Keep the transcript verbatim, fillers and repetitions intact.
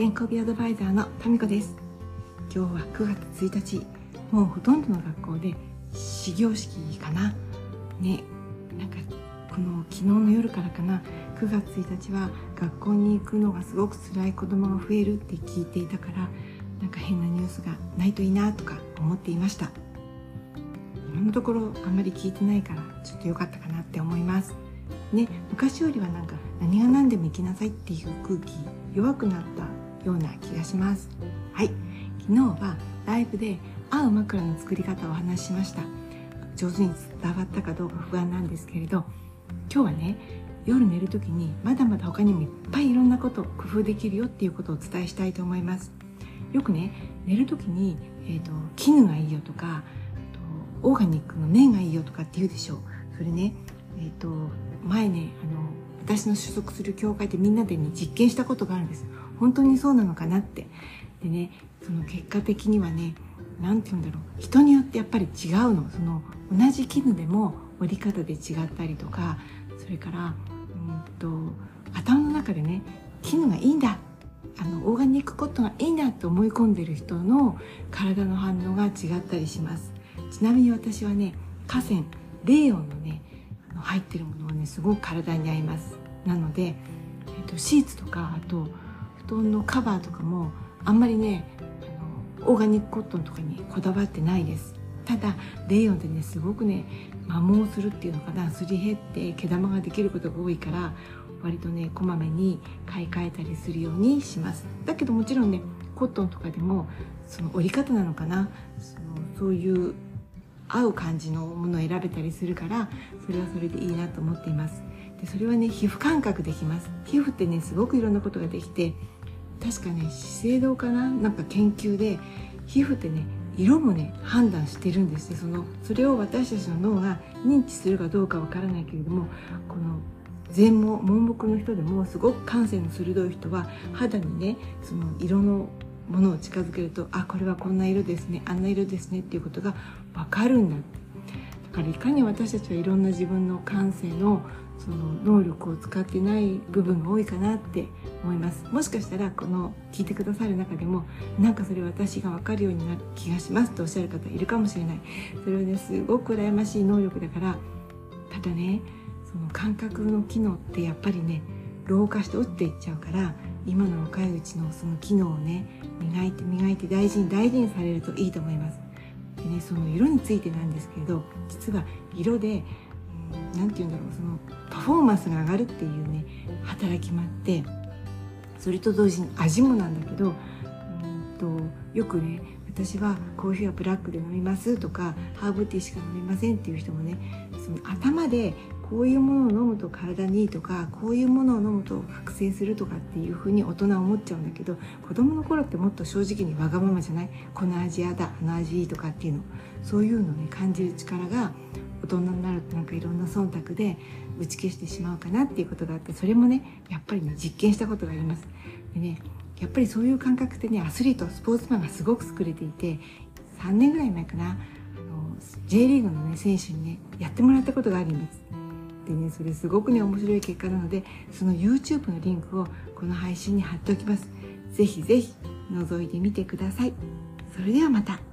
健康美アドバイザーのタミコです。今日はくがつついたち、もうほとんどの学校で始業式かなね。なんかこの昨日の夜からかな、くがつついたちは学校に行くのがすごく辛い子供が増えるって聞いていたから、なんか変なニュースがないといいなとか思っていました。今のところあんまり聞いてないからちょっと良かったかなって思いますね。昔よりはなんか何が何でも行きなさいっていう空気弱くなったような気がします。はい、昨日はライブで合う枕の作り方をお話ししました。上手に伝わったかどうか不安なんですけれど、今日はね、夜寝る時にまだまだ他にもいっぱいいろんなことを工夫できるよっていうことをお伝えしたいと思います。よくね、寝る時に、えーと、絹がいいよとか、オーガニックの綿がいいよとかって言うでしょう。それね、えーと、前ね、あの私の所属する協会でみんなでね実験したことがあるんです。本当にそうなのかなって。でね、その結果的にはね、なんて言うんだろう、人によってやっぱり違うの。その同じ絹でも織り方で違ったりとか、それからうんと頭の中でね、絹がいいんだ、あのオーガニックコットンがいいんだと思い込んでる人の体の反応が違ったりします。ちなみに私はね、河川レイオンのねあの入ってるものはねすごく体に合います。なので、えっと、シーツとか、あと布団のカバーとかもあんまりね、あのオーガニックコットンとかにこだわってないです。ただレイオンでねすごくね摩耗するっていうのかな、すり減って毛玉ができることが多いから、割とねこまめに買い替えたりするようにします。だけどもちろんね、コットンとかでもその折り方なのかな、そのそういう合う感じのものを選べたりするから、それはそれでいいなと思っています。でそれはね、皮膚感覚できます。皮膚ってねすごくいろんなことができて、確かね資生堂かな、なんか研究で皮膚ってね色もね判断してるんですね。そのそれを私たちの脳が認知するかどうかわからないけれども、この全盲盲目の人でもすごく感性の鋭い人は肌にねその色のものを近づけると、あ、これはこんな色ですね、あんな色ですねっていうことが分かるんだって。だからいかに私たちはいろんな自分の感性のその能力を使ってない部分が多いかなって思います。もしかしたらこの聞いてくださる中でも、なんかそれ私が分かるようになる気がしますとおっしゃる方いるかもしれない。それはねすごく羨ましい能力だから。ただね、その感覚の機能ってやっぱりね老化して落ちていっちゃうから、今の若いうちのその機能をね磨いて磨いて大事に大事にされるといいと思います。でね、その色についてなんですけれど、実は色でうん、なんて言うんだろう、そのパフォーマンスが上がるっていうね働きもあって、それと同時に味もなんだけど、うんとよくね、私はコーヒーはブラックで飲みますとか、ハーブティーしか飲みませんっていう人もね、その頭でこういうものを飲むと体にいいとか、こういうものを飲むと覚醒するとかっていうふうに大人は思っちゃうんだけど、子供の頃ってもっと正直にわがままじゃない、この味やだ、あの味いいとかっていうの、そういうのをね感じる力が大人になるとなんかいろんな忖度で打ち消してしまうかなっていうことがあって、それもねやっぱりね実験したことがあります。でね、やっぱりそういう感覚ってね、アスリートスポーツマンがすごく優れていて、さんねんぐらい前かな、あの ジェイ リーグの、ね、選手にねやってもらったことがあります。でね、それすごくね面白い結果なので、その YouTube のリンクをこの配信に貼っておきます。ぜひぜひ覗いてみてください。それではまた。